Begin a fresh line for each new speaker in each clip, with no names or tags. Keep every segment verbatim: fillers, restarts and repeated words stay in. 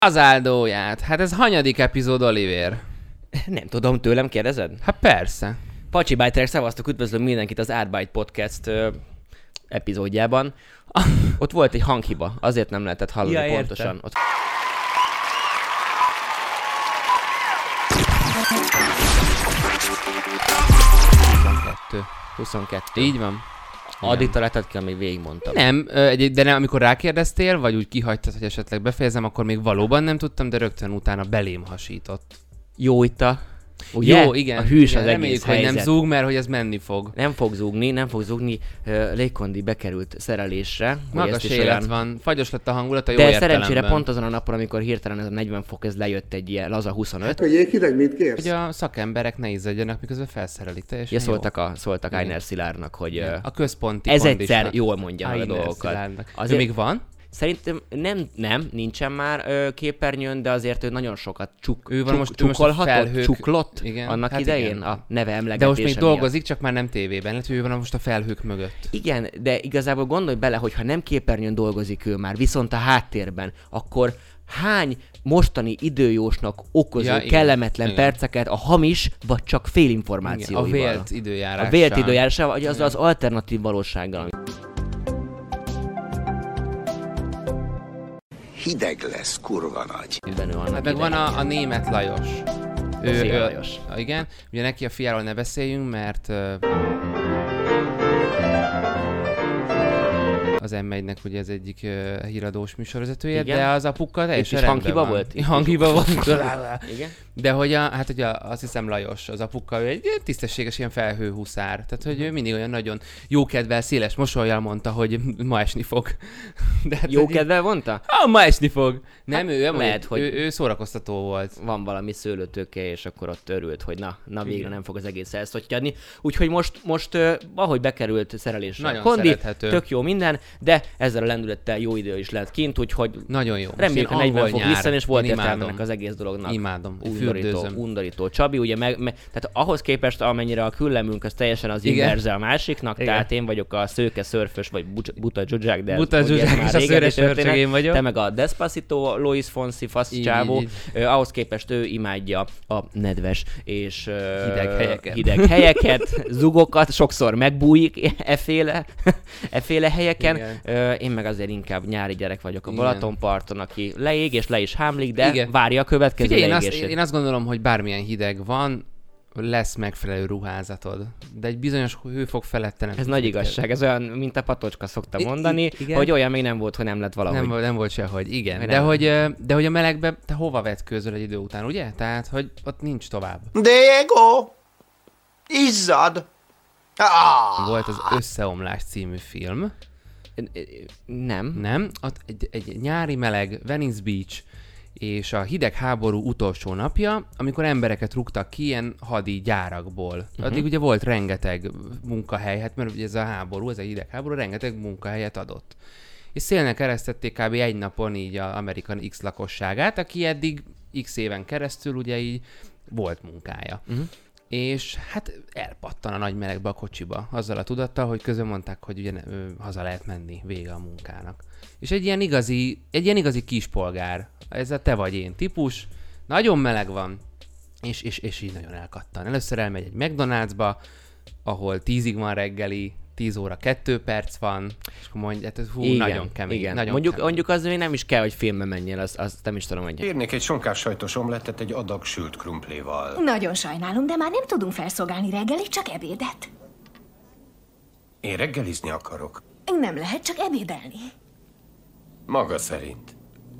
Az áldóját. Hát ez hanyadik epizód, Oliver?
Nem tudom, tőlem kérdezed?
Hát persze.
Pacsi Bájterek, szavaztok, üdvözlöm mindenkit az Ártbyte Podcast ö, epizódjában. Ott volt egy hanghiba, azért nem lehetett hallani
Ja,
pontosan. Ott...
huszonkettő.
huszonkettő.
Így van.
Addig találtad ki, amíg végigmondtam.
Nem, de nem, amikor rákérdeztél, vagy úgy kihagytad, hogy esetleg befejezem, akkor még valóban nem tudtam, de rögtön utána belém hasított.
Jó itt a... Ugye?
Jó, igen.
A hűs
igen,
az
reméljük,
egész
hogy
helyzet.
nem zúg, mert hogy ez menni fog.
Nem fog zúgni, nem fog zúgni. Uh, Légkondi bekerült szerelésre.
Magas élet olyan... van, fagyos lett a hangulat a jó
De
értelemben.
szerencsére pont azon a napon, amikor hirtelen ez a negyven fok, ez lejött egy ilyen laza huszonöt.
Hogy jéghideg, mit kérsz?
Hogy a szakemberek ne izzadjanak, miközben felszerelik. Teljesen
Ja,
jó.
szóltak, a, szóltak Ájner Szilárnak, hogy
Igen.
uh,
A központi
ez
kondisnak.
egyszer jól mondja meg a
Ájner
dolgokat.
Szilárnak.
Azért...
Ő még van?
Szerintem nem, nem, nincsen már ö, képernyőn, de azért ő nagyon sokat csuk,
Ő van
csuk,
most- ő most a
csukolhatott,
felhők-
csuklott
Igen,
annak
hát
idején
igen.
a neve emlegetése
De most még
miatt.
dolgozik, csak már nem tévében. Lehet, hogy ő van most a felhők mögött.
Igen, de igazából gondolj bele, hogy ha nem képernyőn dolgozik ő már, viszont a háttérben, akkor hány mostani időjósnak okozó
Ja, igen,
kellemetlen
igen.
perceket a hamis, vagy csak fél
Igen,
információival.
a vélt időjárással.
A vélt időjárással, vagy az az alternatív valósággal.
Hideg lesz, kurva nagy.
amiben ő annak
Hát meg van
idején.
a, a német Lajos.
Szia, Lajos.
Igen, ugye neki a fiáról ne beszéljünk, mert uh, az em egynek ugye ez egyik uh, híradós műsorvezetője,
Igen.
de az apukkal teljesen
is
rendben
hanghiba
van.
volt? Itt
Hanghiba volt.
Igen?
De hogy a, hát ugye azt hiszem Lajos, az apukkal, ő egy ilyen tisztességes ilyen felhőhuszár. Tehát, hogy ő mindig olyan nagyon jókedvel, széles mosollyal mondta, hogy ma esni fog. De hát,
Jó
hogy-
kedvel mondta?
Ah, ma esni fog. Nem,
Hát
ő, ő,
lehet, hogy-
ő, ő szórakoztató volt.
Van valami szőlőtőke, és akkor ott örült, hogy na, na végre
Igen.
nem fog az egész elszottyadni. Úgyhogy most, most uh, ahogy bekerült szerelésre
Nagyon
a Kondi,
szerethető.
tök jó minden, de ezzel a lendülettel jó idő is lehet kint, úgyhogy
Nagyon jó.
reméljük,
Most
a
ilyen
negyven
angol
fok
nyár.
vissza, és volt
Én
értelme
imádom.
ennek az egész dolognak.
Imádom.
Undorító,
Fürdőzöm.
undorító. Csabi, ugye meg, meg, tehát ahhoz képest, amennyire a küllemünk, az teljesen az
Igen.
inverze a másiknak,
Igen.
tehát én vagyok a szőke szörfös, vagy bucs- buta dzsuzsák, de ez
Buta
ugye
dzsuzsák
már
és a
régebbi
szőres
történet.
hörcsög én vagyok.
Te meg a Despacito, Luis Fonsi, fasz
Így,
csávó.
így,
Ö, ahhoz képest ő imádja a nedves és ö,
Hideg helyeket.
hideg helyeket, zugokat, sokszor megbújik eféle, eféle helyeken.
Igen.
Ö, én meg azért inkább nyári gyerek vagyok a
Igen.
Balatonparton, aki leég és le is hámlik, de
Igen.
várja a következő
Figyelj, én azt,
leégését.
én azt gondolom, hogy bármilyen hideg van, lesz megfelelő ruházatod. De egy bizonyos hőfok felette nem.
Ez nagy igazság, ez olyan, mint a Patocska szokta
I-
mondani,
i- igen.
hogy olyan még nem volt, hogy nem lett valahogy.
Nem, volt- nem volt sehogy, igen.
Hogy
De
nem.
hogy, ö, de hogy a melegbe te hova vetkőzöl egy idő után, ugye? Tehát, hogy ott nincs tovább.
Diego! Izzad! Ah!
Volt az Összeomlás című film,
Nem.
nem? Ott egy, egy nyári meleg, Venice Beach, és a hidegháború utolsó napja, amikor embereket rúgtak ki ilyen hadi gyárakból. Uh-huh. Addig ugye volt rengeteg munkahely, hát mert ugye ez a háború, ez a hidegháború rengeteg munkahelyet adott. És szélnek eresztették kb. Egy napon így az Amerikan X lakosságát, aki eddig X éven keresztül ugye így volt munkája. Uh-huh. És hát elpattan a nagy melegbe a kocsiba, azzal a tudattal, hogy közben mondták, hogy ugye ne, ő, haza lehet menni, vége a munkának. És egy ilyen igazi, egy ilyen igazi kispolgár, ez a te vagy én típus, nagyon meleg van, és, és, és így nagyon elkattan. Először elmegy egy McDonald'sba, ahol tízig van reggeli, tíz óra kettő perc van, és akkor mondja, hát ez hú,
Igen,
nagyon kemény.
igen.
Nagyon
mondjuk,
kemény.
mondjuk az még nem is kell, hogy filmbe menjél, azt, azt nem is tudom, hogy...
Kérnék egy sonkás sajtos omlettet egy adag sült krumpléval.
Nagyon sajnálom, de már nem tudunk felszolgálni reggelit, csak ebédet.
Én reggelizni akarok.
Nem lehet csak ebédelni.
Maga szerint.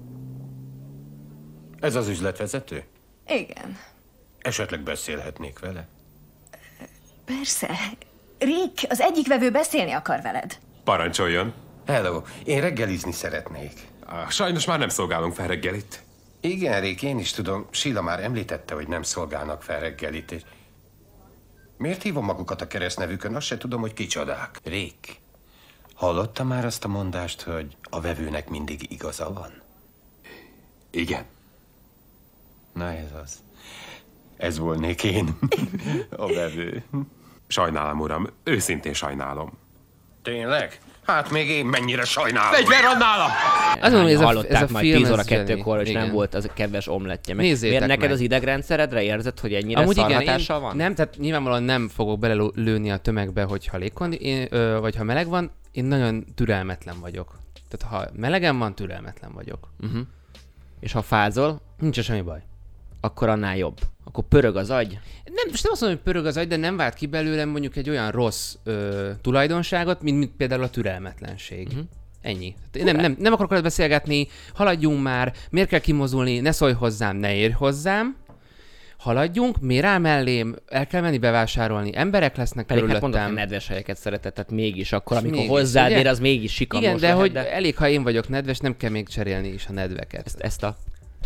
Ez az üzletvezető?
Igen,
Esetleg beszélhetnék vele?
persze. Rick, az egyik vevő beszélni akar veled.
Parancsoljon.
Hello, én reggelizni szeretnék.
Ah, sajnos már nem szolgálunk fel reggelit.
Igen, Rick, én is tudom. Sheila már említette, hogy nem szolgálnak fel reggelit. és- Miért hívom magukat a keresztnevükön? Azt se tudom, hogy kicsodák. Rick, hallotta már azt a mondást, hogy a vevőnek mindig igaza van?
Igen.
Na ez az. Ez volnék én, a vevő.
Sajnálom, uram. Őszintén sajnálom.
Tényleg? Hát még én mennyire sajnálom.
Fegyver van nála!
Azt mondom, hogy ez a,
Hallották
ez a
majd
film,
tíz óra
ez
kettőkor, és
igen.
nem volt az a kedves omlettje. Meg
Nézzétek
miért neked
meg.
az idegrendszeredre érzed, hogy ennyire
Amúgy igen,
szarhatással
én
van?
nem, tehát nyilvánvalóan nem fogok belelőni a tömegbe, hogyha légkondi, én, ö, vagy ha meleg van, én nagyon türelmetlen vagyok. Tehát ha melegen van, türelmetlen vagyok.
Uh-huh. És ha fázol,
Nincs semmi baj.
akkor annál jobb. Akkor pörög az agy.
Nem, most nem azt mondom, hogy pörög az agy, de nem vált ki belőlem mondjuk egy olyan rossz ö, tulajdonságot, mint, mint például a türelmetlenség. Uh-huh. Ennyi. Én nem, nem, nem akarok veled beszélgetni, haladjunk már, miért kell kimozulni, ne szólj hozzám, ne érj hozzám, haladjunk, miért áll mellém, el kell menni bevásárolni, emberek lesznek
Pedig hát
körülöttem.
mondom, hogy nedves helyeket szeretett, tehát mégis akkor, amikor
Mégis,
hozzád
ugye?
ér, az mégis sikamos
Igen, de
lehet,
hogy
de
elég, ha én vagyok nedves, nem kell még cserélni is a nedveket.
ezt, ezt a...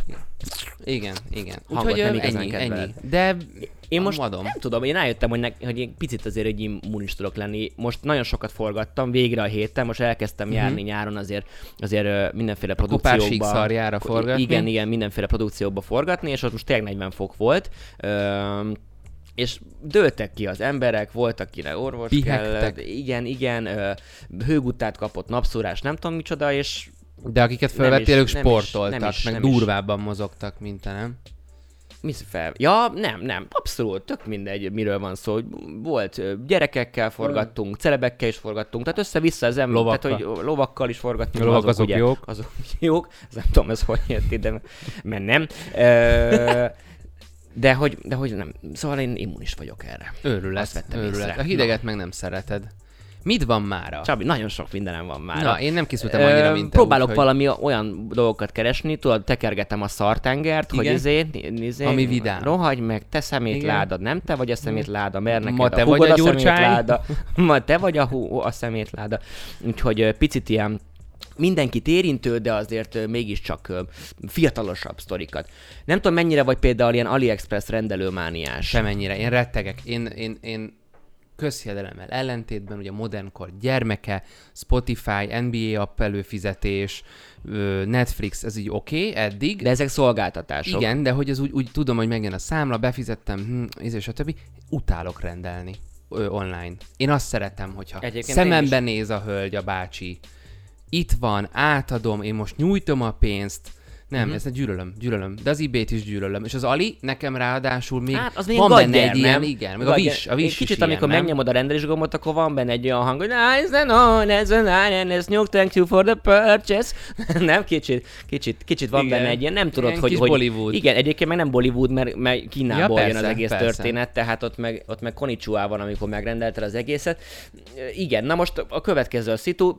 Igen, igen.
Hangot
Úgyhogy
nem
ö,
igazán
ennyi,
kedveled.
ennyi. De
Én most
adom.
nem tudom, én rájöttem, hogy, ne, hogy én picit azért egy immunis tudok lenni. Most nagyon sokat forgattam, végre a héten, most elkezdtem uh-huh. járni nyáron azért, azért ö, mindenféle
Kopár
produkciókba.
síkszarjára forgatni.
Igen, igen, mindenféle produkcióba forgatni, és ott most tényleg negyven fok volt. Ö, és dőltek ki az emberek, volt, akire orvos
Pihegtek.
kellett. Igen, igen, ö, hőgutát kapott, napszúrás, nem tudom micsoda, és
De akiket
Nem
felvettél, ők
is, nem is,
sportoltak,
nem is,
meg
nem is.
durvábban mozogtak, mint te, nem?
mi fel? Ja, nem, nem, abszolút, tök mindegy, miről van szó. Volt ö, gyerekekkel forgattunk, celebekkel is forgattunk, tehát össze-vissza az ember,
Lovakkal.
tehát hogy lovakkal is forgattunk.
A lovak azok
ugye,
jók.
Azok jók, az nem tudom, ez hogy jött ide, mert nem. Ö, de hogy, de hogy nem, szóval én immunis vagyok erre. Azt
Őrület,
vettem
őrület.
észre.
A hideget meg nem szereted. Mit van mára?
Csabi, nagyon sok mindenem van már.
Na, én nem készültem annyira, mint te,
Próbálok
úgyhogy-
valami olyan dolgokat keresni, tudod, tekergetem a szartengert, hogy
Igen.
izé, izé,
Ami vidám.
rohagy meg, te szemétládad, nem te vagy a szemétláda, mert neked
Ma
a
te
húgod
vagy a
a
Gyurcsány.
szemétláda, ma te vagy a, hú, a szemétláda. Úgyhogy ö, picit ilyen mindenkit érintő, de azért ö, mégiscsak ö, fiatalosabb sztorikat. Nem tudom, mennyire vagy például ilyen AliExpress rendelőmániás.
Semennyire. Én rettegek. Én, én, én közhiedelemmel ellentétben, ugye modernkor gyermeke, Spotify, en bé á app előfizetés, ö, Netflix, ez így oké, okay, eddig.
De ezek szolgáltatások.
Igen, de hogy az úgy, úgy tudom, hogy megjön a számla, befizettem, hm, és stb. Utálok rendelni ö, online. Én azt szeretem, hogyha
Egyébként én
szemembe néz a hölgy, a bácsi. Itt van, átadom, én most nyújtom a pénzt. Nem,
Mhm.
uh-huh. ezt gyűlölöm, gyűlölöm. De az eBay-t is gyűlölöm. És az Ali nekem ráadásul még
Hát, az még
van
gadger,
benne egy
nem?
ilyen, igen, meg a
Gadger.
Wish, a Wish
Kicsit,
is
amikor
ilyen, nem?
megnyomod a rendelés gombot, akkor van benne egy olyan hang, hogy nice and on, as an iron, as nyug, thank you for the purchase. Nem, kicsit, kicsit, kicsit van
Igen.
benne egy ilyen, nem tudod,
Ilyen
hogy...
kis
hogy
Bollywood.
Igen, egyébként meg nem Bollywood, mert, mert Kínából
Ja,
jön az
persze,
egész
persze.
történet, tehát ott meg, ott meg Konnichiwa van, amikor megrendelted az egészet. Igen, na most a következő a szitu,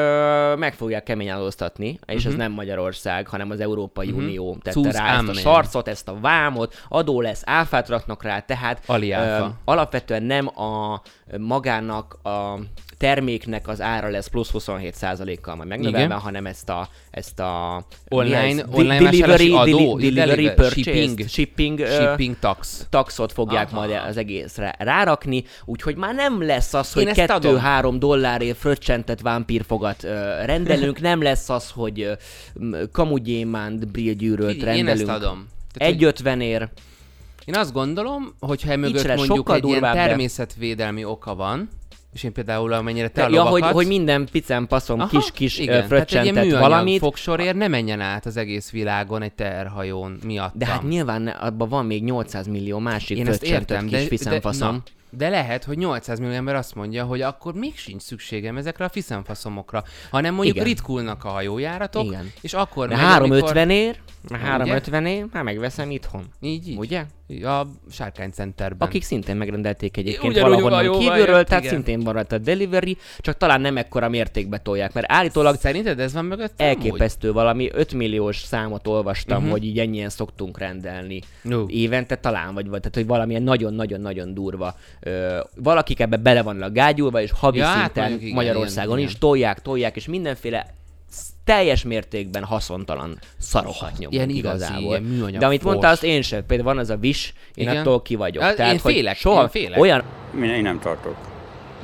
ö, meg fogják kemény adóztatni, és
Mhm.
ez nem Magyarország, hanem az Európai Unió tette
Cusz
rá ezt a
amen.
sarcot, ezt a vámot, adó lesz, áfát raknak rá, tehát
Ali áfa.
ö, alapvetően nem a magának a terméknek az ára lesz plusz huszonhét százalékkal majd megnövelve,
Igen.
hanem ezt a, ezt a
Online-
mi ez?
online
Di-
vásárlási adó?
deli- delivery
Deliver-
purchase,
shipping.
shipping, ö,
Shipping tax.
taxot fogják
Aha.
majd az egészre rárakni, úgyhogy már nem lesz az,
Én
hogy
ezt adom.
kettő-három dollárért fröccsentett vámpírfogat ö, rendelünk, nem lesz az, hogy ö, m, kamugyémánt brillgyűrőt
Én ezt
rendelünk.
adom. Tehát,
Egy
hogy
ötvenér.
én azt gondolom, hogyha
Így
emögött
se lesz,
mondjuk
sokkal
egy ilyen
durvább, de-
természetvédelmi oka van, és én például amennyire te a
Ja,
lovakat...
hogy, hogy minden picen paszom
Aha,
kis-kis
igen. Hát egy
fröccsentett
ilyen műanyag
valamit.
fogsorért ne menjen át az egész világon egy terhajón miattam.
De hát nyilván ne- abban van még nyolcszáz millió másik
Én ezt
fröccsentett
értem,
kis
de, de,
fiszenfaszom.
na, de lehet, hogy nyolcszáz millió ember azt mondja, hogy akkor még sincs szükségem ezekre a fiszenfaszomokra, hanem mondjuk
Igen.
ritkulnak a hajójáratok,
Igen.
és akkor
De
megy,
három
amikor-
ötvenér,
Na,
három
ugye?
ötvenér, már megveszem itthon.
Így, így.
Ugye?
A Sárkány Centerben.
Akik szintén megrendelték egyébként
Ugyanúgy
valahonnan
valóban
kívülről,
jött,
tehát
igen.
szintén van rajta a delivery, csak talán nem ekkora mértékbe tolják, mert állítólag
Szerinted ez van mögött?
elképesztő valami öt milliós számot olvastam,
Mhm.
hogy így ennyien szoktunk rendelni
Jó.
évente talán, vagy, vagy tehát, hogy valamilyen nagyon-nagyon-nagyon durva. Ö, valakik ebbe bele vannak gágyulva, és havi
Ja, hát
szinten
mondjuk igen,
Magyarországon
ilyen,
is
igen.
tolják, tolják, és mindenféle teljes mértékben haszontalan szarokat nyomunk
ilyen igazi,
igazából.
ilyen műanyag
De amit
fos.
mondtál, azt én sem. Például van az a Wish, én
Igen.
attól ki vagyok.
Az-
Tehát,
én
hogy
félek,
soha
én félek.
olyan
Én nem tartok.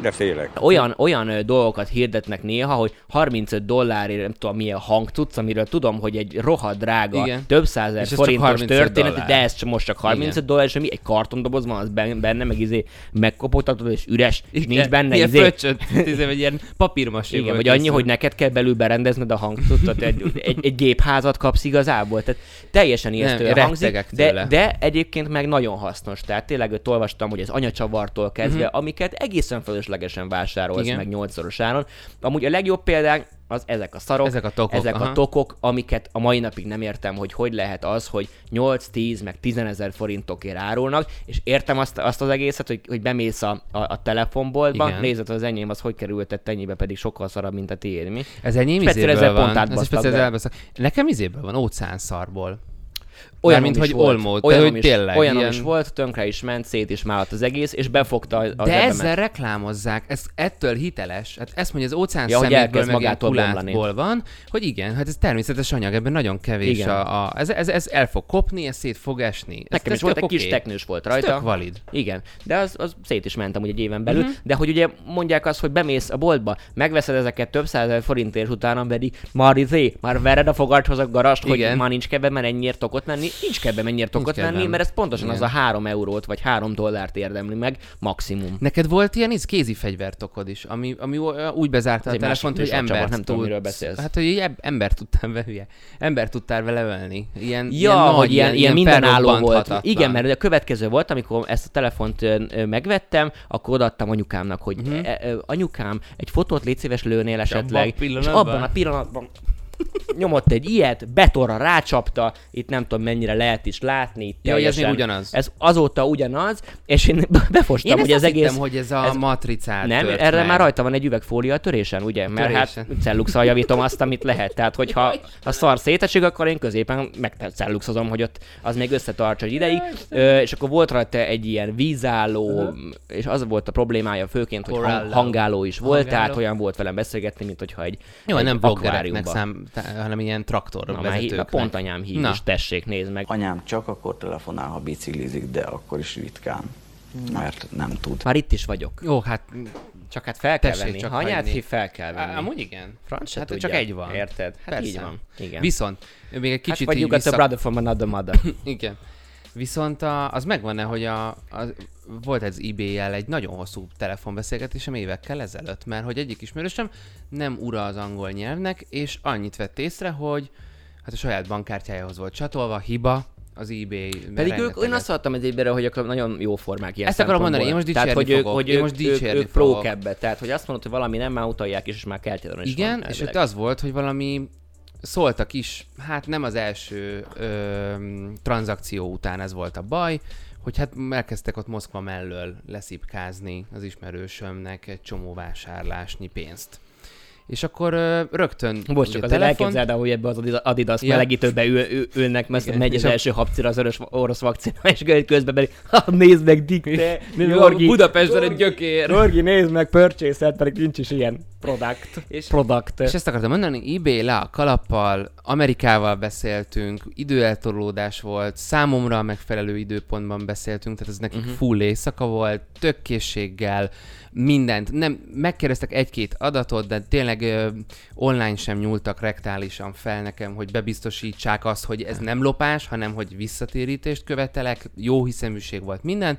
de félek.
Olyan, olyan ö, dolgokat hirdetnek néha, hogy harmincöt dollárért nem tudom milyen hangcucc, amiről tudom, hogy egy rohadt drága,
Igen.
több százer
És ez
forintos
csak harmincöt
történet,
dollár.
de ez csak most csak harmincöt
Igen.
dollár, és mi egy kartondoboz van az benne, meg izé megkopogtatod, és üres, és nincs benne
ilyen
izé.
fröccsöt, izé, vagy ilyen papírmaséből.
Igen, vagy annyi, hogy neked kell belül berendezned a hangcuccot, egy, egy, egy gépházat kapsz igazából, tehát teljesen ijesztő
Nem,
hangzik,
rettegek
de,
tőle.
de egyébként meg nagyon hasznos, tehát tényleg ott olvastam, hogy az anyacsavartól kezdve, uh-huh. amiket egészen fölöslegesen vásárolsz
Igen.
meg nyolcszoros áron. Amúgy a legjobb példák az ezek a szarok,
Ezek a tokok,
ezek
aha.
a tokok, amiket a mai napig nem értem, hogy hogy lehet az, hogy nyolc, tíz, meg tízezer forintokért árulnak, és értem azt, azt az egészet, hogy, hogy bemész a, a, a telefonboltba,
Igen.
nézed, az enyém az hogy kerültett ennyibe, pedig sokkal szarabb, mint a tiéd, mi?
Ez enyém
Speciál
izéből
ezzel
van.
pont
Ez
átbasztak
speciál
be.
ezzel elbasztak. Nekem izéből van, óceánszarból.
Olyan
Mármint,
is
hogy
volt.
olmód,
Olyan
de hogy
is,
tényleg
olyan
ilyen-
is volt, tönkre is ment, szét is málat az egész, és befogta az
De
ebemet.
ezzel reklámozzák, ez ettől hiteles. Hát ezt mondja, az óceán
Ja, hogy
szemétből,
elkezd
meg ilyen
magától bomlani.
kulátból van, hogy igen, hát ez természetes anyag, ebben nagyon kevés
Igen.
a, a ez, ez, ez, el fog kopni, ez szét fog esni. Ez,
Nekem
ez
is volt egy
tök
kis
oké.
teknős volt
Ez
rajta.
tök valid.
Igen, de az, az szét is mentem ugye egy éven belül,
Mhm.
uh-huh. de hogy ugye mondják azt, hogy bemész a boltba, megveszed ezeket több százezer forintért, utána pedig már izé, már vered a fogarcshoz a garast, hogy
Igen.
már nincs kedve ennyiért tokot menni, nincs kedve ennyiért tokot
kedvem.
menni, mert ez pontosan
Igen.
az a három eurót vagy három dollárt érdemli meg maximum.
Neked volt ilyen iz kézi fegyvertokod is, ami, ami o- úgy bezárta
Ez
a
egy
telefont, hogy
másik műsor,
embert
Csaba, nem tudom,
tudsz-
miről beszélsz.
Hát, hogy eb- embert tudtál vele, hülye. Embert tudtál vele ölni. Ilyen,
Ja,
ilyen
hogy
nagy,
ilyen, ilyen mindenálló volt.
felrobbanthatatlan.
Igen, mert a következő volt, amikor ezt a telefont ö, ö, megvettem, akkor odaadtam anyukámnak, hogy
Mhm.
uh-huh. e, e, anyukám, egy fotót légy szíves lőnél esetleg.
abban a
És
pillanatban?
abban a pillanatban nyomott egy ilyet, betorra rácsapta, itt nem tudom mennyire lehet is látni. Itt
Ja, hogy ez még
teljesen.
ugyanaz.
Ez azóta ugyanaz, és én befostam,
Én
hogy
ezt
ez
azt
egész...
hittem, hogy ez a
ez-
matricát
Nem,
tört
erre
meg.
már rajta van egy üvegfólia a törésen, ugye? Mert
Törésen.
hát celluxal javítom azt, amit lehet. Tehát, hogyha a szar szétesik, akkor én középen megcelluxozom, hogy ott az még összetartsa egy ideig. Ö, és akkor volt rajta egy ilyen vízálló, és az volt a problémája főként, hogy hang,
Koralláló.
hangáló is volt,
Hangáló.
tehát olyan volt velem beszélgetni, mint hogyha egy,
Jó,
egy
nem vloggereknek
akváriumban.
szám, tá- hanem ilyen traktor
Na, már hív, na,
vezetőknek.
pont anyám hív,
Na.
és tessék, nézd meg.
Anyám csak akkor telefonál, ha biciklizik, de akkor is ritkán, mert nem tud.
Már itt is vagyok.
Jó, hát
Csak hát fel kell
tessék
venni.
csak
Ha anyád
hagyni.
hív, fel kell venni.
Á, amúgy igen.
Franc se
Hát
tudja.
csak egy van.
Érted? Hát
Persze.
így van. Igen.
Viszont, még egy
Hát
kicsit
vagy
így
you got a
vissza...
brother from another mother.
Igen. Viszont a, az megvan-e, hogy a, a, volt ez eBay-jel egy nagyon hosszú telefonbeszélgetésem évekkel ezelőtt, mert hogy egyik ismerősöm nem ura az angol nyelvnek, és annyit vett észre, hogy hát a saját bankkártyájához volt csatolva, hiba, az eBay.
Pedig ők, én azt hallottam egy évben, hogy ők nagyon jó formák ilyen
Ezt akarom mondani, én most
szempontból.
dicsérni
Tehát, hogy
fogok,
ők,
én
hogy
most
ők, ők,
dicsérni
ők prók
fogok.
ebbe. Tehát, hogy azt mondod, hogy valami nem, már utalják is, és már keltéren is
Igen,
van.
és
elvileg.
ott az volt, hogy valami szóltak is, hát nem az első ö, tranzakció után ez volt a baj, hogy hát elkezdtek ott Moszkva mellől leszipkázni az ismerősömnek egy csomó vásárlásnyi pénzt. És akkor ö, rögtön...
Bocs,
ugye
csak azért
telefon-
elképzeld, ahogy ebbe az Adidas, Adidas
Ja.
melegítőbe ül, ül, ülnek, mert
Igen.
megy
És
az
a-
első habcira az örös, orosz vakcina, és közben pedig, ha, nézd meg, Dick, te, Gorgi,
Budapesten egy gyökér.
Gorgi, nézd meg, purchase pedig nincs is ilyen product.
És-
product.
És ezt akartam mondani, eBay le a kalappal, Amerikával beszéltünk, időeltolódás volt, számomra a megfelelő időpontban beszéltünk, tehát ez nekik
Mhm.
uh-huh. full éjszaka volt, tök készséggel, mindent. Nem, megkérdeztek egy-két adatot, de tényleg ö, online sem nyúltak rektálisan fel nekem, hogy bebiztosítsák azt, hogy ez nem lopás, hanem hogy visszatérítést követelek, jó hiszeműség volt minden,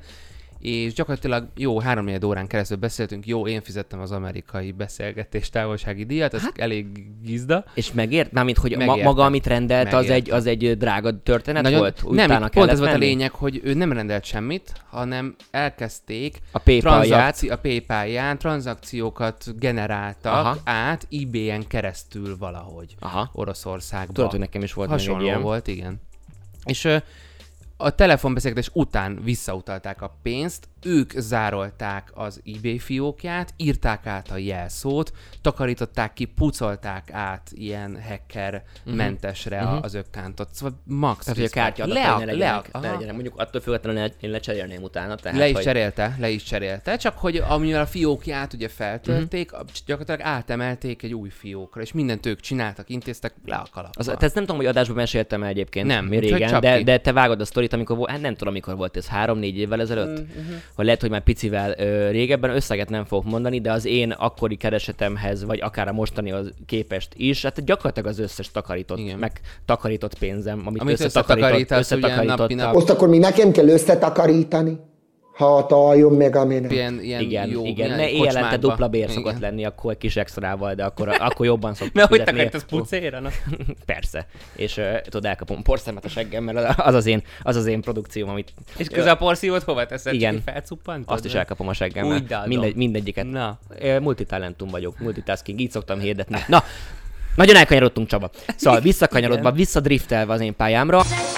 és gyakorlatilag jó három-négy órán keresztül beszéltünk, jó, én fizettem az amerikai beszélgetés távolsági díjat, ez hát, elég gizda.
És megért? Mármint, hogy ma,
Megérte.
maga, amit rendelt, az egy,
Megérte.
az egy drága történet
Nagyon,
volt?
nem,
Utána
pont ez
kellett
volt a
venni?
lényeg, hogy ő nem rendelt semmit, hanem elkezdték
A PayPal-ját.
tranzakci- a PayPal-ján tranzakciókat generáltak
Aha.
át eBay-en keresztül valahogy
Aha.
Oroszországba.
Tudod, hogy nekem is volt még egy
Hasonló
ilyen.
volt, igen. És ö, a telefonbeszélgetés után visszautalták a pénzt, ők zárolták az eBay fiókját, írták át a jelszót, takarították ki, pucolták át ilyen hacker mentesre
Mhm.
uh-huh. az ökkántot. Szóval max.
Tehát, hogy a kártya
le,
adatai
a-
ne
le,
legyenek,
a-
ne
aha.
legyenek. Mondjuk attól függetlenül én lecserélném utána. Tehát,
Le is
hogy...
cserélte, le is cserélte, csak hogy amivel a fiókját ugye feltörték, uh-huh. gyakorlatilag átemelték egy új fiókra, és mindent ők csináltak, intéztek le a kalappal.
Az, te ezt nem tudom, hogy adásban meséltem el egyébként
Nem,
mi
úgyhogy
régen,
csap
de,
ki.
de te vágod a sztorit, volt, amikor volt, hát nem tudom, mikor volt ez, három-négy évvel ezelőtt, mm-hmm. vagy lehet, hogy már picivel ö, régebben, összeget nem fogok mondani, de az én akkori keresetemhez, vagy akár a mostani az képest is, hát gyakorlatilag az összes takarított,
igen.
meg takarított pénzem, amit,
amit
összetakarított,
összetakarítasz.
Most akkor mi nekem kell összetakarítani? Hát álljon meg, aminek.
Ilyen, ilyen
igen,
jó,
igen.
ilyen
Ne éjjelente
kocsmákba.
dupla bér
Igen.
szokott lenni, akkor egy kis extrával, de akkor, akkor jobban szokott
Mert hogy
fizetni.
takarítasz pucéra? Na?
Persze. És uh, tudod, elkapom porszemet a seggemmel, az az én, az az én produkcióm, amit...
És közben a porszívót hova teszed?
Igen.
Csak felcuppantod?
Azt is elkapom a seggemmel.
Úgy daldom.
Mindegy, mindegyiket.
Na.
Multitalentum vagyok, multitasking, így szoktam hirdetni. Na, nagyon elkanyarodtunk, Csaba. Szóval visszakanyarodva, visszadriftelve az én pályámra.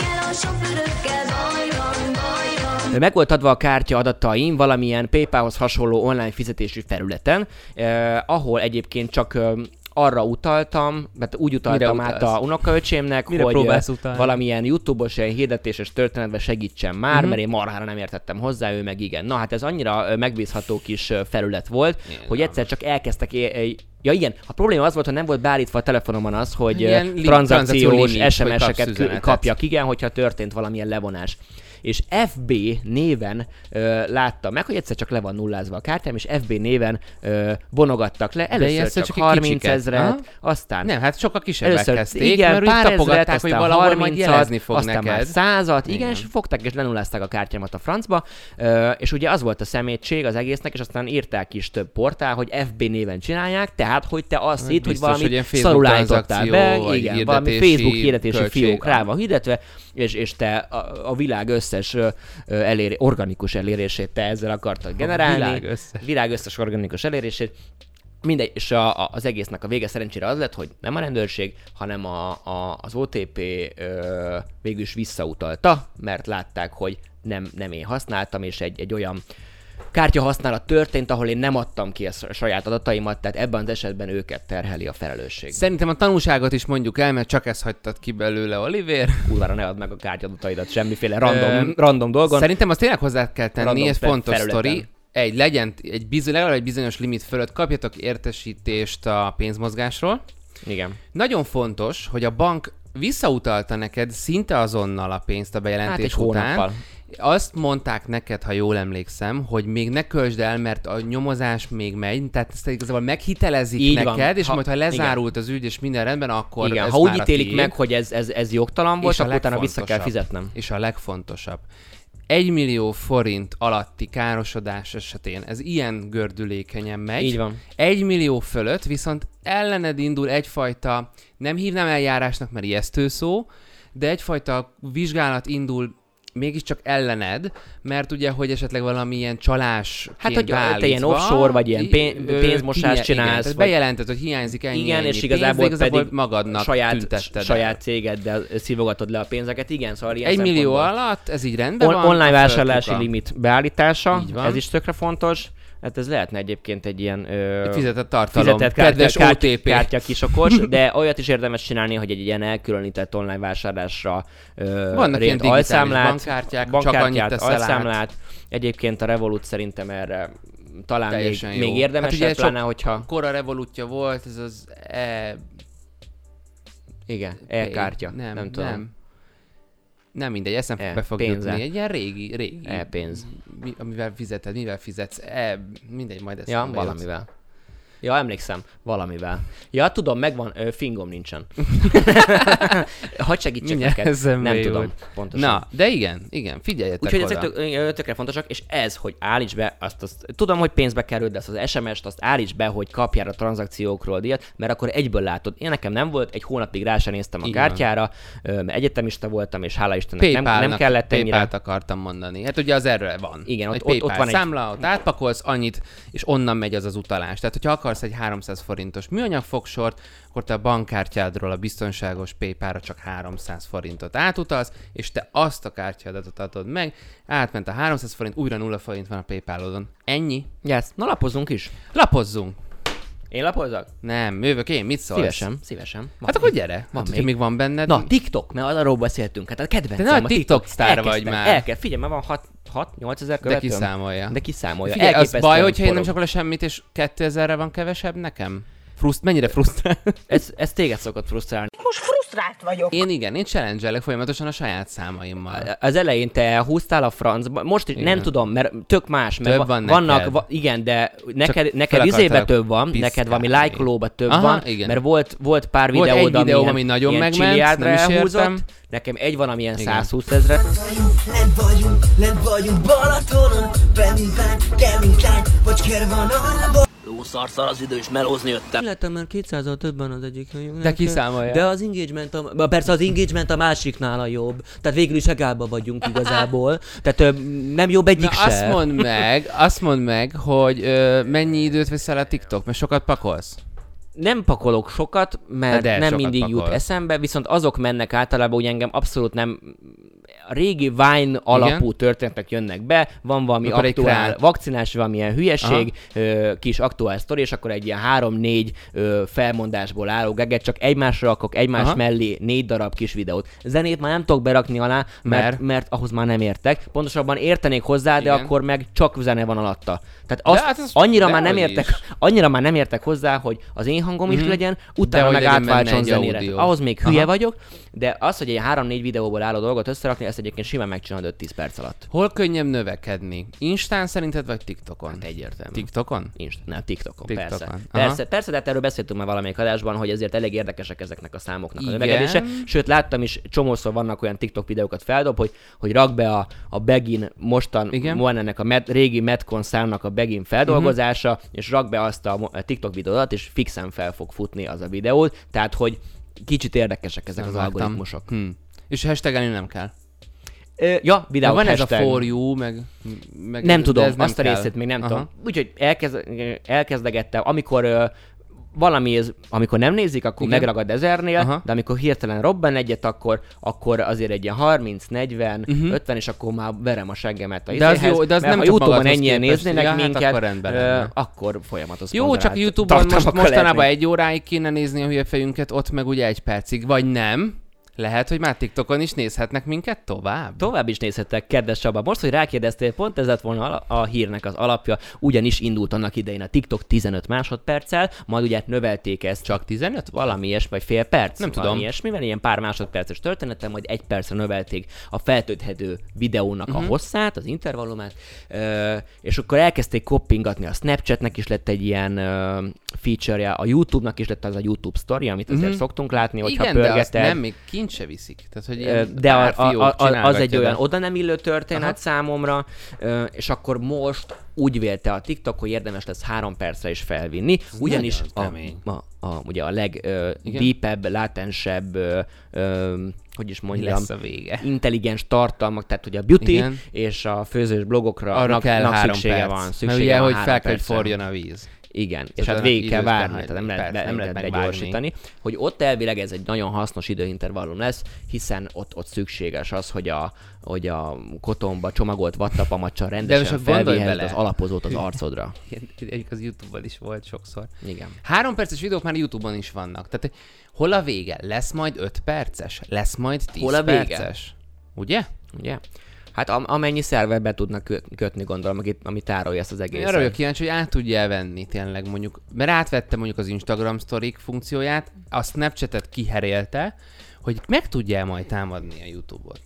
Meg volt adva a kártya adataim valamilyen PayPalhoz hasonló online fizetési felületen, eh, ahol egyébként csak eh, arra utaltam, mert úgy utaltam át a unokaöcsémnek,
Mire
hogy eh,
utalni?
valamilyen YouTube-os ilyen hirdetéses történetben segítsen már, uh-huh. mert én marhára nem értettem hozzá, ő meg igen. Na hát ez annyira eh, megbízható kis eh, felület volt, igen, hogy egyszer csak elkezdtek... É- é- Ja igen, a probléma az volt, hogy nem volt beállítva a telefonomon az, hogy
ilyen li-
tranzakciós
limit,
es em es-eket
üzenetet.
kapjak, igen, hogyha történt valamilyen levonás. És ef bé néven ö, láttam meg, hogy egyszer csak le van nullázva a kártyám, és ef bé néven ö, vonogattak le. Először csak, csak harminc ezret, aztán...
Nem, hát sokkal kisebbek
először,
kezdték,
igen,
mert úgy
pár
tapogatták,
ezret,
hogy
aztán
valahol majd jelezni
harmincat,
fog
aztán
neked.
már százat, igen,
Igen.
és fogták és lenullázták a kártyámat a francba, ö, és ugye az volt a szemétség az egésznek, és aztán írták is több portál, hogy ef bé néven csinálják, tehát hogy te azt hitt, hogy
biztos,
valami
hogy ilyen Facebook
szarul állítottál be,
tranzakció, vagy
igen, valami
hirdetési
Facebook hirdetési
költség.
fiók rá van hirdetve, és, és te a, a világ összes ö, ö, eléri, organikus elérését te ezzel akartad generálni.
A világ összes.
Világ összes organikus elérését. Mindegy, és a, a, az egésznek a vége szerencsére az lett, hogy nem a rendőrség, hanem a, a, az o té pé ö, végül is visszautalta, mert látták, hogy nem, nem én használtam, és egy, egy olyan kártya használat történt, ahol én nem adtam ki a saját adataimat, tehát ebben az esetben őket terheli a felelősség.
Szerintem a tanúságot is mondjuk el, mert csak ezt hagytad ki belőle, Olivér.
Kurvára ne add meg a kártyadataidat semmiféle random, random dolgon.
Szerintem azt tényleg hozzá kell tenni,
Random
ez
fe-
fontos
felületen.
sztori. Egy, legyen egy bizony, legalább egy bizonyos limit fölött kapjatok értesítést a pénzmozgásról.
Igen.
Nagyon fontos, hogy a bank visszautalta neked szinte azonnal a pénzt a bejelentés
Hát egy
után.
hónappal.
Azt mondták neked, ha jól emlékszem, hogy még ne költsd el, mert a nyomozás még megy, tehát ezt igazából meghitelezik
Így
neked,
van.
és
Ha-
majd ha lezárult az ügy, és minden rendben, akkor
Igen,
ez
ha úgy
már a
ítélik
tiéd.
meg, hogy ez, ez, ez jogtalan volt,
És a
akkor utána vissza kell
legfontosabb.
fizetnem.
És a legfontosabb. Egy millió forint alatti károsodás esetén ez ilyen gördülékenyen megy.
Így van.
Egy millió fölött viszont ellened indul egyfajta, nem hívnám eljárásnak, mert ijesztő szó, de egyfajta vizsgálat indul mégiscsak ellened, mert ugye, hogy esetleg valamilyen csalás
Hát, hogy te ilyen offshore, vagy ilyen pén- pénzmosást csinálsz, vagy-
bejelented, hogy hiányzik ennyi,
Igen,
ennyi
és igazából
pénz, de igazából
pedig
magadnak
saját,
tüntetted el.
saját cégeddel szívogatod le a pénzeket. Igen, szóval ilyen
Egy millió
szempontból.
alatt, ez így rendben
On-
van.
online
a
vásárlási
fölkuka.
limit beállítása,
Így van.
ez is tökre fontos. Hát ez lehetne egyébként egy ilyen ö,
Egy fizetett tartalom,
fizetett kártya,
kedves
kártya,
o té pé.
kártya kisokos, de olyat is érdemes csinálni, hogy egy ilyen elkülönített online vásárlásra ö,
Vannak ilyen
rét
digitális
alszámlát,
bankkártyák, csak annyit
bankkártyát,
teszel át.
alszámlát. Egyébként a Revolut szerintem erre talán még,
Teljesen jó.
még érdemesebb,
hát ugye
pláne,
sok
hogyha...
Kora Revolutja volt, ez az e...
Igen, e-kártya, nem, nem tudom.
Nem. Nem mindegy, eszembe
E,
fog
pénzzel.
jutni. Egy ilyen régi, régi.
E-pénz.
Mi, amivel fizeted, mivel fizetsz. E, mindegy, majd ezt
Ja, valamivel. Ja, emlékszem, valamivel. Ja, tudom, megvan, ö, fingom nincsen. Hadd segítsek
Mindjárt
neked.
eszembe
Nem
jut.
tudom pontosan.
Na, de igen, igen, figyeljetek
Úgyhogy
oda.
ezek tök, ö, tökre fontosak, és ez, hogy állíts be, azt, azt tudom, hogy pénzbe kerül, de azt az es em es-t, azt állíts be, hogy kapjál a tranzakciókról díjat, mert akkor egyből látod. Én nekem nem volt, egy hónapig rá sem néztem a
Így
kártyára, ö, mert egyetemista voltam, és hála Istennek nem,
PayPal-nak,
nem kellett ennyire.
PayPal-t akartam mondani. Hát ugye az erről van.
Igen,
egy
ott- ott- ott
PayPal
van egy-
számla, ott átpakolsz annyit, és onnan megy az az utalás. Tehát, hogyha akarsz egy háromszáz forintos műanyag fogsort, akkor te a bankkártyádról a biztonságos PayPal-ra csak háromszáz forintot átutalsz, és te azt a kártyádat adod meg, átment a háromszáz forint, újra nulla forint van a PayPal-odon. Ennyi.
Yes. Na lapozzunk is.
Lapozzunk.
Én lapozzak?
Nem, jövök én, mit szólsz?
Szívesen, szívesen. Van
Hát akkor
még.
gyere.
Van
Hát, hogyha
még.
még van benned.
Na, TikTok, mert arról beszéltünk. Hát a kedvencem
Te nagy
a
TikTok sztár vagy
Elkezdtem,
már.
El kell, figyelj, már van hat-nyolc ezer
De
követőm.
kiszámolja.
De kiszámolja.
Figyelj, az
Elképesztően
baj, hogyha én nem
forog.
csak le semmit, és kétezerre van kevesebb nekem? Fruszt, mennyire frusztrál?
Ez, ez téged szokott frusztrálni.
Most frusztrált vagyok.
Én igen, én challenge-elek folyamatosan a saját számaimmal.
Az elején te elhúztál a francba, most is nem tudom, mert tök más, mert
több van
vannak,
neked.
Va, igen, de neked, neked izébe több van,
piszkálni.
neked valami lájkolóba több
Aha,
van,
igen.
mert volt, volt pár
Volt
videód,
egy videóm,
ami,
ami nagyon
ilyen
megment,
csiliárdra
nem is
elhúzott,
értem.
nekem egy van, amilyen
Igen.
száz húsz ezre.
Lent vagyunk, lent vagyunk Balatonon, bennünk lát, kellünk lát, vagy kervanon. Lószarszal az idő, és melózni jöttem.
Lettem már kétszázal többen az egyik helyünknek.
De kiszámolja.
De az engagement, a, persze az engagement a másiknál a jobb. Tehát végül is egálba vagyunk igazából. Tehát ö, nem jobb egyik
Na
se.
azt mondd meg, azt mondd meg, hogy ö, mennyi időt veszel a TikTok, mert sokat pakolsz?
Nem pakolok sokat, mert
De
nem
sokat
mindig
pakol.
jut eszembe, viszont azok mennek általában, hogy engem abszolút nem... A régi Vine alapú
Igen?
történetek jönnek be, van valami
Akkor egy
aktuál
král.
vakcinás, valamilyen hülyeség, ö, kis aktuál sztori, és akkor egy ilyen három-négy ö, felmondásból álló geget, csak egymásra rakok, egymás
Aha.
mellé négy darab kis videót. Zenét már nem tudok berakni alá, mert,
Mert?
mert, mert ahhoz már nem értek. Pontosabban értenék hozzá, de
Igen.
akkor meg csak zene van alatta. Tehát azt,
hát ez
annyira már nem
dehogy
értek,
is.
annyira már nem értek hozzá, hogy az én hangom is
Mhm.
legyen, utána
De hogy
meg
legyen benne
átváltson
egy
zenére.
audio.
Ahhoz még hülye
Aha.
vagyok, de az, hogy egy három-négy videóból álló dolgot összerakni, ezt egyébként simán megcsinálod öt-tíz perc alatt.
Hol könnyebb növekedni? Instán szerinted, vagy TikTokon?
Hát egyértelmű.
TikTokon?
Inst, nem, TikTokon,
TikTokon.
persze.
Aha.
Persze, persze, de hát erről beszéltünk már valamelyik adásban, hogy ezért elég érdekesek ezeknek a számoknak a
Igen.
növekedése. Sőt, láttam is, csomószor vannak olyan TikTok videókat feldob, hogy, hogy rak be a, a Begin mostan,
Igen.
van ennek a med, régi Metcon számnak a Begin feldolgozása, uh-huh. és rak be azt a, a TikTok videót, és fixen fel fog futni az a videót. Tehát, hogy kicsit érdekesek ezek
Nem
az
láttam.
algoritmusok.
Hm. És hashtagelni nem kell.
Ö, ja, videó
De van ez a
hashtag.
for you, meg... meg
Nem
de
tudom,
ez nem
azt a
kell.
részét még nem
Aha.
tudom. Úgyhogy elkezd, elkezdegettem, amikor ö, valami, ez, amikor nem nézik, akkor
Igen.
megragad ezernél,
Aha.
de amikor hirtelen robban egyet, akkor, akkor azért egy ilyen harminc, negyven,
Mhm.
ötven, és akkor már verem a seggemet a
De az
izéhez,
jó, de az
mert
nem
ha
csak
YouTube-on
magadhoz
ennyien
képest.
néznének
Ja, hát
minket,
akkor rendben
ö,
lenne.
akkor folyamatos
Jó, csak
szponzorált
YouTube-on most
tartalmakkal
mostanában
lehetnénk.
egy óráig kéne nézni a hülye fejünket, ott meg ugye egy percig, vagy nem. Lehet, hogy már TikTokon is nézhetnek minket tovább.
Tovább is nézhettek, kedves Csaba. Most, hogy rákérdeztél, pont ez lett volna a hírnek az alapja, ugyanis indult annak idején a TikTok tizenöt másodperccel, majd ugye növelték ezt.
Csak tizenöt?
Valami ilyesmi, vagy fél perc?
Nem
valami
tudom.
ilyesmivel, ilyen pár másodperces történetem, majd egy percre növelték a feltölthető videónak
Mhm.
a hosszát, az intervallumát, ö, és akkor elkezdték koppingatni, a Snapchatnek is lett egy ilyen ö, feature-je, a YouTube-nak is lett az a YouTube Story, amit azért
Mhm.
szoktunk látni, hogyha
Igen, de azt
pörgeted.
nem, még kint se viszik. Tehát, hogy
Ö,
ilyen
de a,
pár
a,
fiók
a, a, az
csinálgatja,
egy
de-
olyan oda nem illő történet
Aha.
számomra, ö, és akkor most úgy vélte a TikTok, hogy érdemes lesz három percre is felvinni, ugyanis a,
nagyon kemény.
a, a, ugye a
Igen.
legdeepebb, látensebb, ö, ö, hogy is
Mi
mondjam,
lesz a vége?
intelligens tartalmak, tehát hogy a beauty
Igen.
és a főzős blogokra
Arra
nak,
kell
nak
három
szüksége
perc.
van.
Mert
Szüksége
ugye,
van
hogy
három
fel kell, hogy
percre.
forjon a víz.
Igen, és
Tehát
hát
annak
végig kell
időt kell
várni,
hagyni.
tehát nem lehet,
Persze,
be, nem
nem
lehet
lehet
begyorsítani, hogy ott elvileg ez egy nagyon hasznos időintervallum lesz, hiszen ott, ott szükséges az, hogy a, hogy a kotonba csomagolt vattapamacsal rendesen
most gondolj
felviheted
bele.
az alapozót az arcodra.
Egyik az YouTube-ban is volt sokszor.
Igen.
Három perces videók már YouTube-on is vannak. Tehát hol a vége? Lesz majd öt perces? Lesz majd tíz
Hol a vége?
perces? Ugye?
Ugye? Hát am- amennyi szerver be tudnak kö- kötni, gondolom, aki, ami tárolja ezt az
Én
egészet.
arra vagyok kíváncsi, hogy át tudja venni tényleg mondjuk, mert átvette mondjuk az Instagram sztorik funkcióját, a Snapchatet kiherélte, hogy meg tudja majd támadni a YouTube-ot.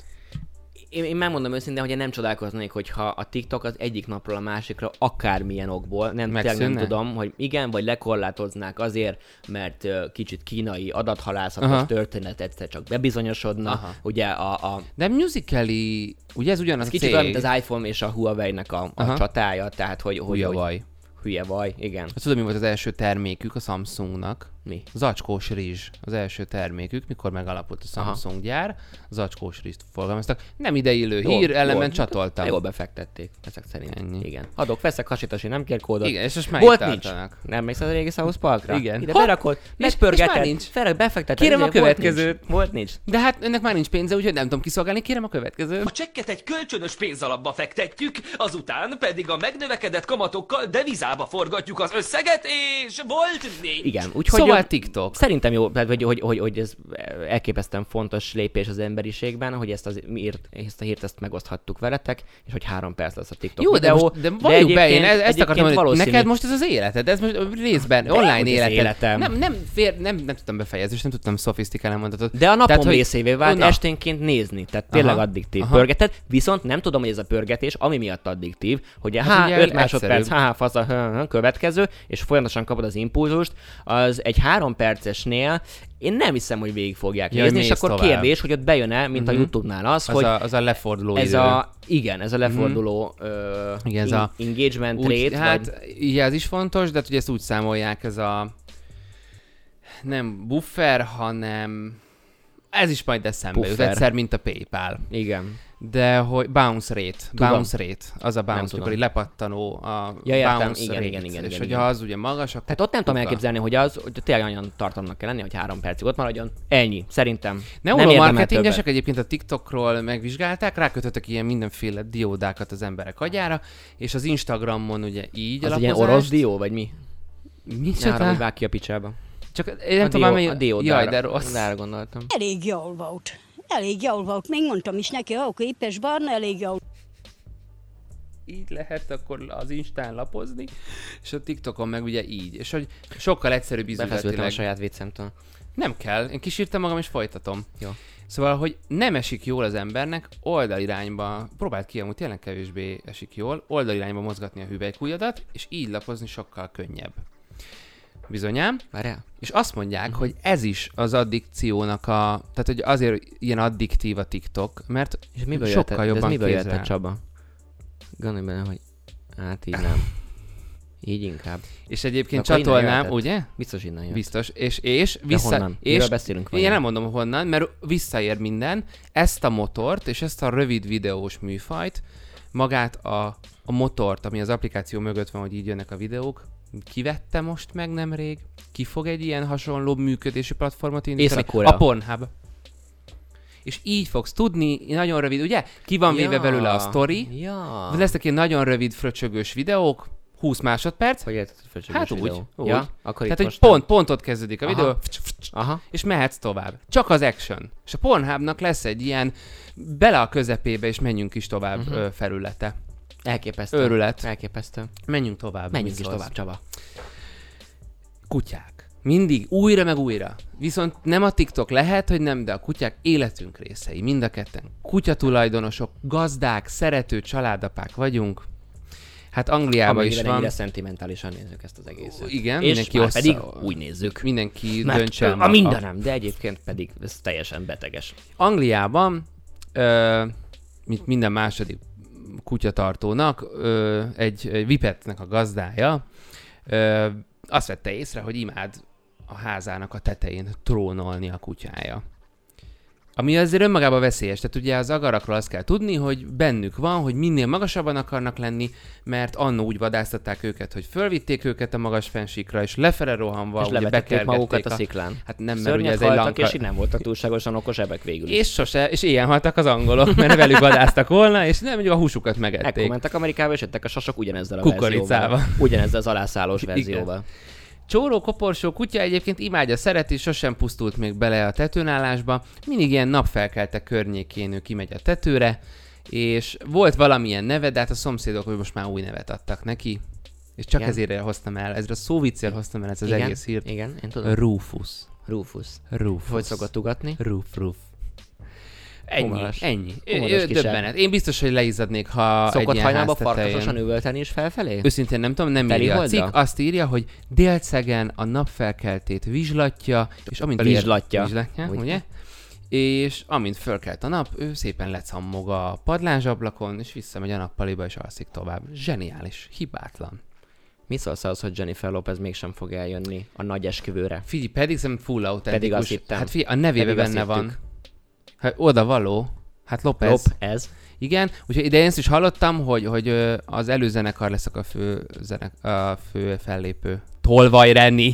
Én, én megmondom őszintén, hogy én nem csodálkoznék, hogyha a TikTok az egyik napról a másikra akármilyen okból, nem, tényleg nem
Megszűnne?
tudom, hogy igen, vagy lekorlátoznák azért, mert uh, kicsit kínai adathalászatos
Aha.
történet egyszer csak bebizonyosodna.
Aha.
Ugye a, a
De Musical.ly, ugye ez ugyanaz
ez
a
kicsit
cég?
olyan, mint az iPhone és a Huawei-nek a, a
Aha.
csatája, tehát hogy... hogy,
Hülye
hogy
vaj.
Hülye vaj, igen.
Azt tudom, mi volt az első termékük a Samsungnak?
Mi?
Zacskós rizs az első termékük, mikor megalapult a Samsung Aha. gyár, zacskós rizst forgalmaztak. Nem ideillő
Jól-
hír, ellenben
jól-
csatoltam.
Jól befektették, ezek szerint.
Ennyi.
Igen. Adok, veszek, hasítasi, nem kér kódot.
Igen, és most már
Volt
itt
nincs.
tartanak.
Nem mész az régi South Parkra?
Igen.
Ide
Hopp,
berakod,
és-
megpörgeted,
és már nincs.
Fereg, befekteted.
Kérem a
izé, volt
következőt.
nincs. Volt nincs.
De hát ennek már nincs pénze, úgyhogy nem tudom kiszolgálni, kérem a következőt.
A csekket egy kölcsönös pénzalapba fektetjük, azután pedig a megnövekedett kamatokkal devizába forgatjuk az összeget, és volt négy.
Igen, úgyhogy...
Szóval Szóval TikTok.
Szerintem jó, hogy, hogy, hogy, hogy ez elképesztően fontos lépés az emberiségben, hogy ezt, az, írt, ezt a hírt ezt megoszthattuk veletek, és hogy három perc lesz a TikTok
jó,
videó.
De, most, de valljuk be, én ezt akartam mondani,
valószínű...
neked most ez az életed, ez most részben de online életed.
Életem.
Nem, nem, fér, nem, nem tudtam befejezni, és nem tudtam szofisztikálni mondatot.
De a napom
tehát,
részévé vált
na.
esténként nézni, tehát tényleg aha, addiktív aha. pörgeted, viszont nem tudom, hogy ez a pörgetés, ami miatt addiktív, hogy hát há, öt másodperc, há, fasz a há, há, következő, és folyamatosan kapod az impulzust, az egy három percesnél én nem hiszem, hogy végig fogják ja, nézni, és akkor tovább. Kérdés, hogy ott bejön-e, mint uh-huh. a YouTube-nál az,
az
hogy...
A, az a leforduló
ez
idő.
A, igen, ez a leforduló uh-huh. uh,
igen, ez
in,
a,
engagement
úgy,
rate.
Hát,
vagy...
igen, ez is fontos, de ugye ezt úgy számolják, ez a nem buffer, hanem ez is majd eszembe jut, egyszer, mint a PayPal.
Igen.
De hogy bounce rate,
tudom.
bounce rate, az a bounce, amikor egy lepattanó a
ja, értem,
bounce
igen,
rate,
igen, igen,
és
igen,
hogyha az ugye magas, akkor...
Tehát ott nem tudom elképzelni, hogy az, hogy tényleg olyan tartalomnak kell lenni, hogy három percig ott maradjon. Ennyi, szerintem.
Neuromarketingesek egyébként a TikTokról megvizsgálták, rákötöttek ilyen mindenféle diódákat az emberek agyára, és az Instagramon ugye így
az egy ilyen orosz dió, vagy mi?
Mi
csak? Nára, hogy vág ki a picsába.
Csak én nem tudom, hogy...
A diódára. Jaj, de rossz. Rára gondoltam.
Elég jól volt. Elég jól volt. Még mondtam is neki, ha akkor éppes barna, elég jól.
Így lehet akkor az Instán lapozni, és a TikTokon meg ugye így. És hogy sokkal egyszerűbb üzletileg.
Befeszültem a saját viccemtől.
Nem kell, én kísírtam magam és folytatom.
Jó.
Szóval, hogy nem esik jól az embernek oldalirányba, próbáld ki, amúgy tényleg kevésbé esik jól, oldalirányba mozgatni a hüvelykujjadat, és így lapozni sokkal könnyebb. Bizonyám.
Várjál.
És azt mondják, uh-huh. hogy ez is az addikciónak a... Tehát, hogy azért ilyen addiktív a TikTok, mert és miből sokkal jötted, jobban
kézzel. Miből jötted, Csaba? Gondolj benne, hogy hát így nem. Így inkább.
És egyébként csatolnám, ugye?
Biztos innen jött.
Biztos. És, és vissza...
honnan?
És
miről beszélünk?
Én nem mondom honnan, mert visszaér minden. Ezt a motort, és ezt a rövid videós műfajt, magát a, a motort, ami az applikáció mögött van, hogy így jönnek a videók, kivette most meg nemrég? Ki fog egy ilyen hasonló működési platformot indítani? A Pornhub. És így fogsz tudni, nagyon rövid, ugye? Ki van ja. véve belőle a sztori.
Ja.
Lesznek ilyen nagyon rövid fröcsögős videók, húsz másodperc.
Hogy érted, fröcsögős
hát
videó?
úgy. úgy.
Ja? Akkor
tehát, hogy pont, pont ott kezdődik a
Aha.
videó,
Aha.
és mehetsz tovább. Csak az action. És a Pornhubnak lesz egy ilyen bele a közepébe, és menjünk is tovább uh-huh. felülete.
Elképesztő.
Őrület.
Elképesztő.
Menjünk tovább.
Menjünk is tovább, Csaba.
Kutyák. Mindig, újra meg újra. Viszont nem a TikTok lehet, hogy nem, de a kutyák életünk részei. Mind a ketten. Kutyatulajdonosok, gazdák, szerető családapák vagyunk. Hát Angliában is van.
Ennyire szentimentálisan nézzük ezt az egészet.
Igen,
és
mindenki
már
ossza,
pedig úgy nézzük.
Mindenki
mert
döntse el.
A mindenem, de egyébként pedig ez teljesen beteges.
Angliában, ö, mint minden második kutyatartónak, ö, egy, egy vipetnek a gazdája ö, azt vette észre, hogy imád a házának a tetején trónolni a kutyája. Ami azért önmagában veszélyes. Tehát ugye az agarakról azt kell tudni, hogy bennük van, hogy minél magasabban akarnak lenni, mert annó úgy vadásztatták őket, hogy fölvitték őket a magas fensíkra, és lefele rohanva,
és
ugye
levetették magukat a sziklán.
Hát nem, mert
szörnyek
ugye ez egy lanka...
és így nem voltak túlságosan okos ebek végül is.
És sose, és ilyen haltak az angolok, mert velük vadásztak volna, és nem, ugye a húsukat megették.
Ekkor mentek Amerikába, és jöttek a sasok ugyanezzel a
kukoricával.
verzióval. Ugyanezzel az alászállós verzióval. Igen.
Csóró, koporsó kutya egyébként imádja, szereti, sosem pusztult még bele a tetőnállásba. Mindig ilyen napfelkelte környékén ő kimegy a tetőre, és volt valamilyen neve, de hát a szomszédok hogy most már új nevet adtak neki. És csak igen. ezért hoztam el, ezre a szóviccel hoztam el ezt az
igen.
egész hírt.
Igen, én tudom.
Rufus.
Rufus.
Rufus.
Hogy szokott ugatni?
Ruf, ruf. Ennyi,
Humoros.
ennyi.
Humoros
Döbbenet. Én biztos, hogy leizzadnék, ha
szokott
egy ilyen
hajnalba
háztetején...
farkasosan üvölteni is felfelé?
Őszintén nem tudom, nem
Teli
írja a
holdra?
cikk. Azt írja, hogy délcegen a napfelkeltét vizslatja, és amint
vizslatja,
vizslatja ugye? És amint fölkelt a nap, ő szépen lecammog a padlánsablakon, és visszamegy a nappaliba, és alszik tovább. Zseniális, hibátlan.
Mi szólsz az, hogy Jennifer Lopez mégsem fog eljönni a nagy esküvőre?
Figyelj, pedig szerintem full autentikus.
Pedig azt hittem.
Hát figyelj, a nevébe
pedig
benne van. Hát oda való. Hát Lopez.
Lopez.
Igen, úgyhogy ide én ezt is hallottam, hogy, hogy az előzenekar leszek a fő, zenek, a fő fellépő. Tolvaj Renni.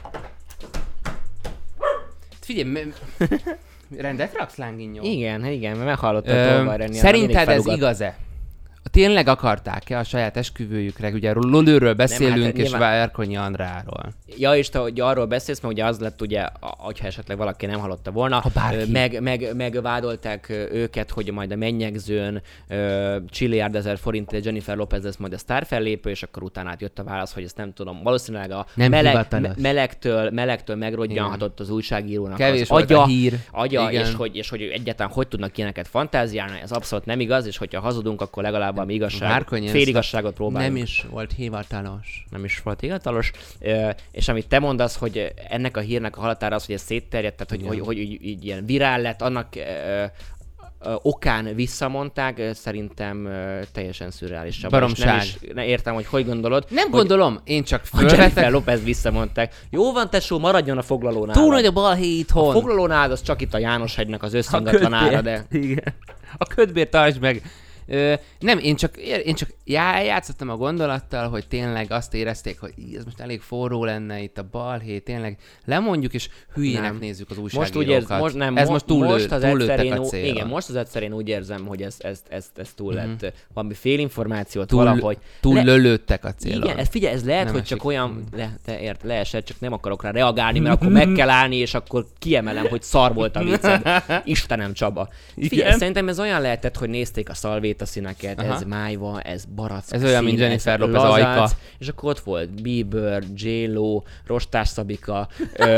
Figyelj, m- rendet raksz, Lánginyó?
Igen, igen, mert meghallottam a Tolvaj Renni.
Szerinted ez igaz-e? tényleg akarták-e a saját esküvőjükre, ugye Lolőről beszélünk,
Nem, hát
és
nyilván...
Várkonyi Andráról.
Ja, és te hogy arról beszélsz, mert ugye az lett ugye, hogyha esetleg valaki nem hallotta volna, meg, meg, megvádolták őket, hogy majd a mennyegzőn csilliárd ezer forint Jennifer Lopez lesz majd a sztárfellépő, és akkor utána jött a válasz, hogy ezt nem tudom, valószínűleg a meleg, me- melegtől, melegtől megrodjanhatott az újságírónak
kevés
az agya,
a hír.
agya és, hogy, és hogy egyáltalán hogy tudnak ilyeneket fantáziálni, ez abszolút nem igaz, és hogyha hazudunk, akkor legalább valami igazság, fél igazságot próbálunk.
Nem is volt hivatalos.
Nem is volt hivatalos. És amit te mondasz, hogy ennek a hírnek a halatára az, hogy ez szétterjedt, tehát hogy, hogy, hogy így, így ilyen virál lett, annak ö, ö, okán visszamondták, szerintem ö, teljesen szürreális.
Baromság.
Nem is ne értem, hogy hogy gondolod.
Nem
hogy,
gondolom, én csak
fölvetek. Jennifer Lopez visszamondták. Jó van, tesó, maradjon a foglalónál.
Túl nagy a balhé itthon.
A foglalónál az csak itt a Jánoshegynek az összingatlanára, de...
Igen. A ködbér tartsd meg. Ö, nem, én csak, én csak játszottam a gondolattal, hogy tényleg azt érezték, hogy ez most elég forró lenne itt a balhé, tényleg lemondjuk, és hülyének nem. nézzük az újságírókat.
Most úgy érz, most nem,
ez most túl,
most az
túllőttek a
célra. Igen, most az egyszerűen úgy érzem, hogy ez, ez, ez, ez túl mm-hmm. lett. Valami félinformációt
túl,
valahogy.
Túl le... lölődtek a célra.
Igen, ez, figyelj, ez lehet, nem hogy csak olyan, le, te ért, leesett, csak nem akarok rá reagálni, mert akkor meg kell állni, és akkor kiemelem, hogy szar volt a vicced. Istenem, Csaba. Figyelj, szerintem ez olyan lehetett, hogy nézték a szalvétaszíneket, ez májva, ez barack
ez olyan,
szín,
mint Jennifer Lopez ajka.
És akkor ott volt Bieber, J-Lo, Rostás Szabika, ö,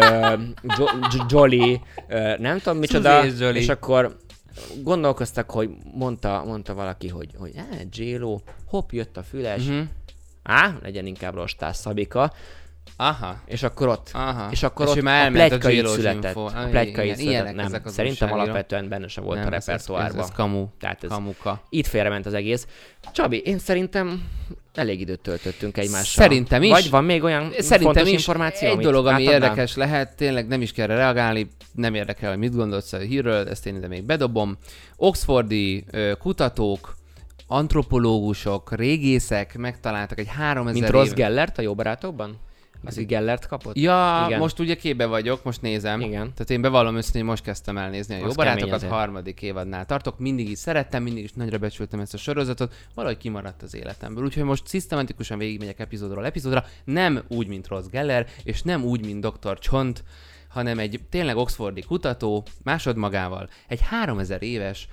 jo- Jolly, ö, nem tudom micsoda, és akkor gondolkoztak, hogy mondta, mondta valaki, hogy, hogy eh, J-Lo, hopp, jött a füles, uh-huh. á, legyen inkább Rostás Szabika.
Aha.
És akkor ott,
Aha.
és akkor
és
ott a pletyka így született. A pletyka így született, nem. Szerintem alapvetően benne se volt nem, a repertoárban.
Ez, ez kamu.
Tehát ez
kamuka.
Itt félrement az egész. Csabi, én szerintem elég időt töltöttünk egymással.
Szerintem is.
Vagy van még olyan
szerintem
fontos
is.
információ,
Egy
amit
dolog, ami
átadnám?
érdekes lehet, tényleg nem is kell reagálni, nem érdekel, hogy mit gondolsz a hírről, ezt én ide még bedobom. Oxfordi ö, kutatók, antropológusok, régészek megtaláltak egy háromezer
Mint Ross Gellert a Jó barátokban? Az így Gellert kapott?
Ja,
igen.
Most ugye képbe vagyok, most nézem.
Igen.
Tehát én bevallom őszintén, hogy most kezdtem el nézni a Jó
az
barátokat, harmadik évadnál tartok. Mindig is szerettem, mindig is nagyra becsültem ezt a sorozatot, valahogy kimaradt az életemből. Úgyhogy most szisztematikusan végigmegyek epizódról epizódra, nem úgy, mint Ross Geller, és nem úgy, mint doktor Csont, hanem egy tényleg oxfordi kutató másodmagával, egy háromezer éves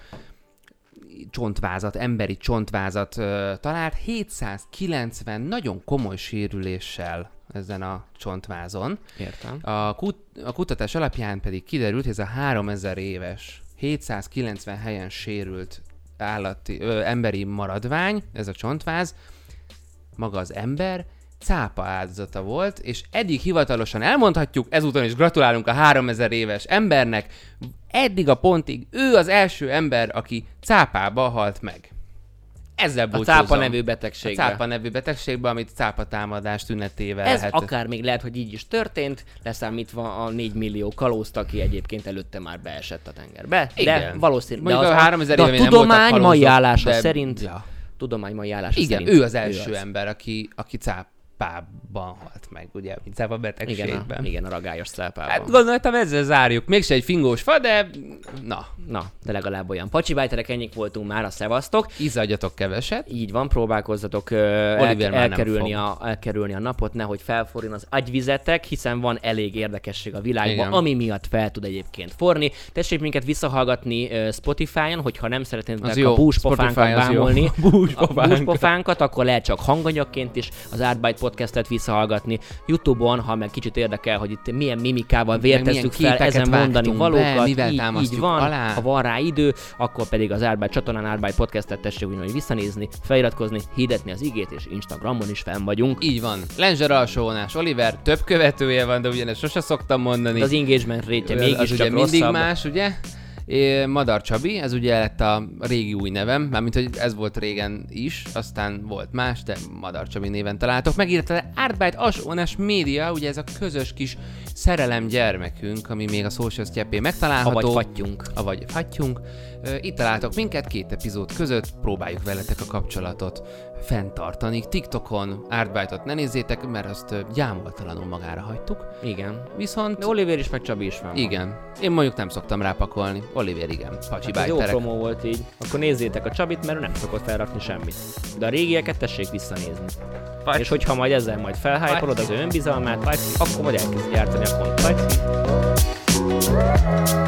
csontvázat, emberi csontvázat ö, talált, hétszázkilencven nagyon komoly sérüléssel ezen a csontvázon.
Értem.
A, kut- a kutatás alapján pedig kiderült, hogy ez a háromezer éves, hétszázkilencven helyen sérült állati, ö, emberi maradvány, ez a csontváz, maga az ember, cápa áldozata volt, és eddig hivatalosan elmondhatjuk, ezúton is gratulálunk a háromezer éves embernek, eddig a pontig ő az első ember, aki cápába halt meg. Ezzel búcsúzom.
A cápa nevű betegségbe.
A cápa nevű betegségbe, amit cápatámadást ünnetével
Ez
lehet.
akár még lehet, hogy így is történt, leszámítva a négy millió kalózt, aki egyébként előtte már beesett a tengerbe.
Igen.
De valószínű.
Mondjuk
de
a háromezer éve
a tudomány mai állása de... szerint...
Ja.
Tudomány mai állása
igen,
szerint...
ő az első ő az. ember, aki, aki cápában halt meg, ugye, mint cápa betegségben.
Igen, a, igen, a ragályos cápában.
Hát gondoltam, ezzel zárjuk. Mégse egy fingós fa, de na.
Na, de legalább olyan. Pacsibájterek, ennyik voltunk már, a szevasztok.
Izzadjatok keveset.
Így van, próbálkozzatok uh, el, elkerülni, a, elkerülni a napot, nehogy felforjon az agyvizetek, hiszen van elég érdekesség a világban, igen. ami miatt fel tud egyébként forni. Tessék minket visszahallgatni uh, Spotify-on, hogyha nem szeretnétek a búspofánkat bámulni, a búspofánkat, akkor lehet csak hanganyagként is az Artbyte podcastet visszahallgatni. YouTube-on, ha meg kicsit érdekel, hogy itt milyen mimikával vértezzük fel ezen mondani valókat,
be,
így, így van,
alá.
Ha van rá idő, akkor pedig az Artbyte csatornán Artbyte podcastet tessék úgy visszanézni, feliratkozni, hirdetni az igét, és Instagramon is fenn vagyunk.
Így van. Lenzser alsóvonás Oliver, több követője van, de ugyanezt sose szoktam mondani.
De az engagement rate mégis
az
csak
ugye mindig
rosszabb.
más, ugye? É, Madar Csabi, ez ugye lett a régi új nevem, mármint hogy ez volt régen is, aztán volt más, de Madar Csabi néven találtok. Megírta Artbyte alsóvonás média, ugye ez a közös kis szerelem gyermekünk, ami még a Social Sztyeppé megtalálható.
Avagy fattyunk.
Avagy fattyunk. Itt találtok minket két epizód között, próbáljuk veletek a kapcsolatot fenntartani. TikTokon Artbyte-ot ne nézzétek, mert azt gyámoltalanul magára hagytuk.
Igen.
Viszont...
De Oliver is, meg Csabi is van.
Igen. Én mondjuk nem szoktam rápakolni. Oliver, igen. Pacsi
Hát ez jó
bájterek.
promó volt így. Akkor nézzétek a Csabit, mert ő nem szokott felrakni semmit. De a régieket tessék visszanézni. Pacsi. És hogyha majd ezzel majd felhájpolod az ő önbizalmát, Pacsi, akkor majd elkezd gyártani a pont. Pacsi.